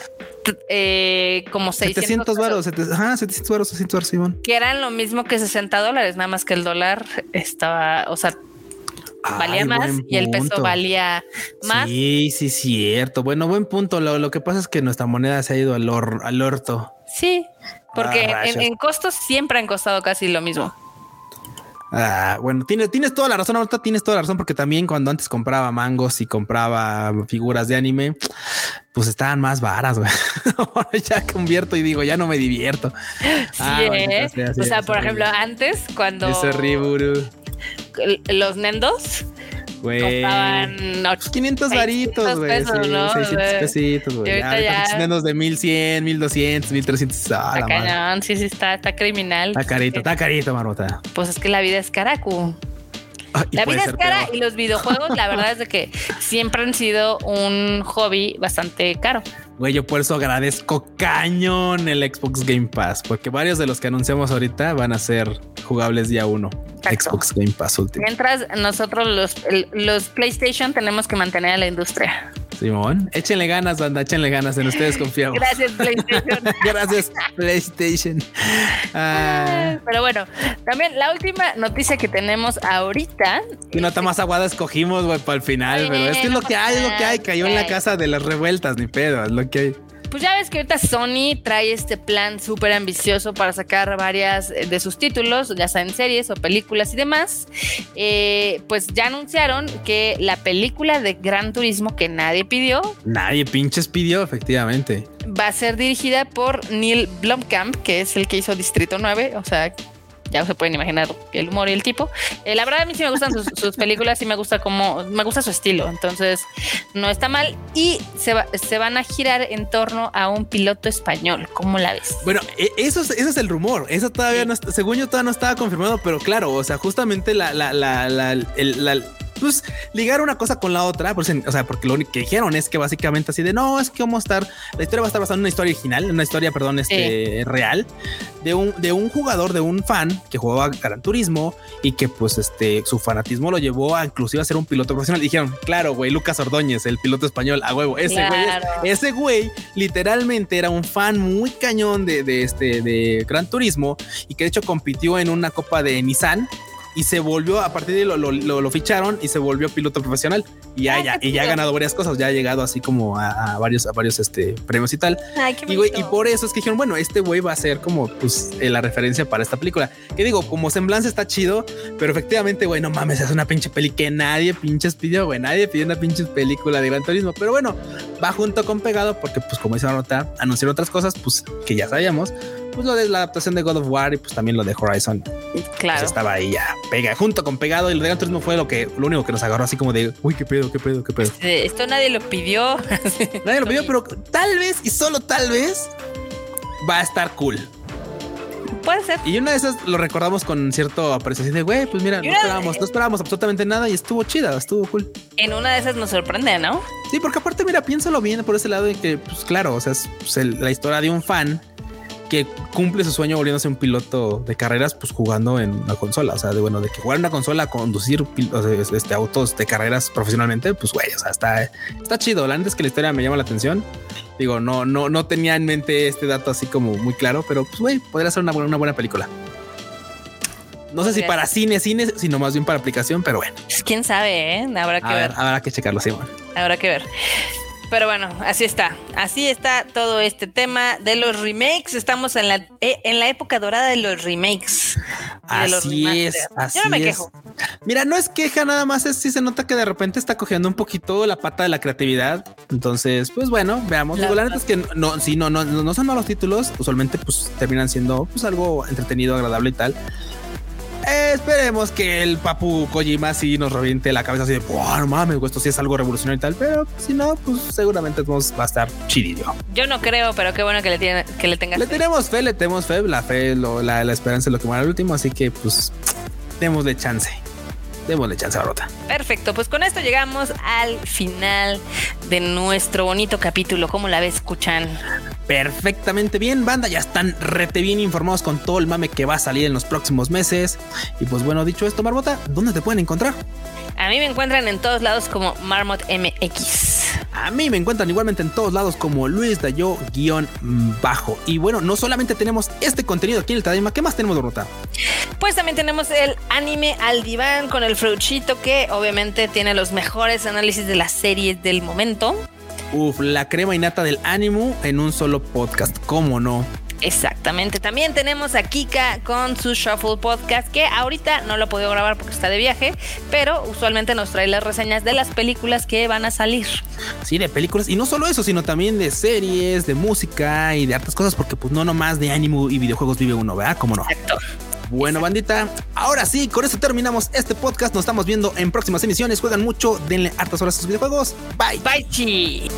como 600 varos, 700 varos, 600 varos, Simón. Que eran lo mismo que $60, nada más que el dólar estaba, o sea, valía más y el peso valía más. Sí, cierto. Bueno, buen punto. Lo que pasa es que nuestra moneda se ha ido al orto. Sí, porque en costos siempre han costado casi lo mismo. Bueno, tienes toda la razón. Ahorita tienes toda la razón, porque también cuando antes compraba mangos y compraba figuras de anime, pues estaban más varas, güey. Ahora ya convierto y digo, ya no me divierto. Sí, o sea, por ejemplo, antes cuando ese Riburu, los Nendos, güey, costaban 500 varitos, güey. Pesos, sí, ¿no? 600 pesitos, güey. Ya Nendos de 1100, 1200, 1300. Está cañón, sí, está criminal. Está carito, Marmota. Pues es que la vida es cara, la vida es cara peor. Y los videojuegos, la verdad es de que siempre han sido un hobby bastante caro. Güey, yo por eso agradezco cañón el Xbox Game Pass, porque varios de los que anunciamos ahorita van a ser jugables día 1. Xbox Game Pass último. Mientras nosotros los PlayStation tenemos que mantener a la industria. Simón, échenle ganas, banda, échenle ganas, en ustedes confiamos. Gracias, PlayStation. Gracias, PlayStation. Pero bueno, también la última noticia que tenemos ahorita. Y nota más aguada escogimos, güey, para el final, pero es que es lo que hay, cayó en la casa de las revueltas, ni pedo, es lo que hay. Pues ya ves que ahorita Sony trae este plan súper ambicioso para sacar varias de sus títulos, ya sean series o películas y demás. Pues ya anunciaron que la película de Gran Turismo que nadie pidió. Nadie pinches pidió, efectivamente. Va a ser dirigida por Neil Blomkamp, que es el que hizo Distrito 9, o sea... Ya se pueden imaginar el humor y el tipo. La verdad a mí sí me gustan sus películas y me gusta su estilo. Entonces no está mal. Y se van a girar en torno a un piloto español. ¿Cómo la ves? Bueno, eso es el rumor. Eso todavía no, según yo, todavía no estaba confirmado, pero claro, o sea, justamente pues ligar una cosa con la otra, pues, o sea, porque lo único que dijeron es que básicamente así de no, es que la historia va a estar basada en una historia original, una historia, real de un jugador, de un fan que jugaba Gran Turismo y que pues su fanatismo lo llevó a inclusive a ser un piloto profesional. Dijeron, claro, güey, Lucas Ordóñez, el piloto español, a huevo, ese güey literalmente era un fan muy cañón de Gran Turismo y que de hecho compitió en una copa de Nissan. Y se volvió, a partir de lo ficharon y se volvió piloto profesional. Y ya ha ganado varias cosas. Ya ha llegado así como a varios premios y tal. Ay, y por eso es que dijeron, bueno, este güey va a ser como pues la referencia para esta película. Que digo, como semblanza está chido, pero efectivamente, güey, no mames, es una pinche peli que nadie pinches pidió, güey. Nadie pidió una pinche película de Gran Turismo. Pero bueno, va junto con pegado porque pues como dice la nota, anunciaron otras cosas pues que ya sabíamos. Pues lo de la adaptación de God of War y pues también lo de Horizon. Claro. Pues estaba ahí ya junto con pegado, y lo de Gran Turismo fue lo único que nos agarró así como de uy, qué pedo. Esto nadie lo pidió. Nadie lo pidió, pero tal vez y solo tal vez va a estar cool. Puede ser. Y una de esas lo recordamos con cierto apreciación de güey, pues mira, no esperábamos absolutamente nada y estuvo chida, estuvo cool. En una de esas nos sorprende, ¿no? Sí, porque aparte, mira, piénsalo bien por ese lado de que, pues claro, o sea, es la historia de un fan que cumple su sueño volviéndose un piloto de carreras, pues jugando en una consola. O sea, de que jugar en una consola, conducir autos de carreras profesionalmente, pues güey, o sea, está chido. La neta es que la historia me llama la atención. Digo, no tenía en mente este dato así como muy claro, pero pues güey, podría ser una buena película. No sé si para cine, sino más bien para aplicación, pero bueno. Pues quién sabe, habrá que ver. Habrá que checarlo, sí, bueno. Habrá que ver. Pero bueno, así está todo este tema de los remakes. Estamos en la época dorada de los remakes. Así es. Yo no me quejo. Mira, no es queja, nada más es si se nota que de repente está cogiendo un poquito la pata de la creatividad. Entonces, pues bueno, veamos. La neta es que no son malos títulos. Usualmente pues terminan siendo pues algo entretenido, agradable y tal. Esperemos que el papu Kojima sí nos reviente la cabeza así de, no mames, esto sí es algo revolucionario y tal, pero si no, pues seguramente va a estar chidillo. Yo no creo, pero qué bueno que le tengas fe. Tenemos fe, la esperanza es lo que muere al último, así que pues démosle chance, Barbota. Perfecto, pues con esto llegamos al final de nuestro bonito capítulo. ¿Cómo la ves, escuchan? Perfectamente bien, banda, ya están rete bien informados con todo el mame que va a salir en los próximos meses. Y pues bueno, dicho esto, Barbota, ¿dónde te pueden encontrar? A mí me encuentran en todos lados como Marmot MX. A mí me encuentran igualmente en todos lados como Luis Dayo_bajo. Y bueno, no solamente tenemos este contenido aquí en el Tadaima, ¿qué más tenemos, Barbota? Pues también tenemos el anime al diván con el Fruchito, que obviamente tiene los mejores análisis de las series del momento. La crema y nata del ánimo en un solo podcast, ¿cómo no? Exactamente. También tenemos a Kika con su Shuffle Podcast, que ahorita no lo he podido grabar porque está de viaje, pero usualmente nos trae las reseñas de las películas que van a salir. Sí, de películas, y no solo eso, sino también de series, de música y de hartas cosas, porque pues no nomás de anime y videojuegos vive uno, ¿verdad? ¿Cómo no? Exacto. Bueno, bandita, ahora sí, con eso terminamos este podcast. Nos estamos viendo en próximas emisiones. Juegan mucho, denle hartas horas a sus videojuegos. Bye. Bye, chi.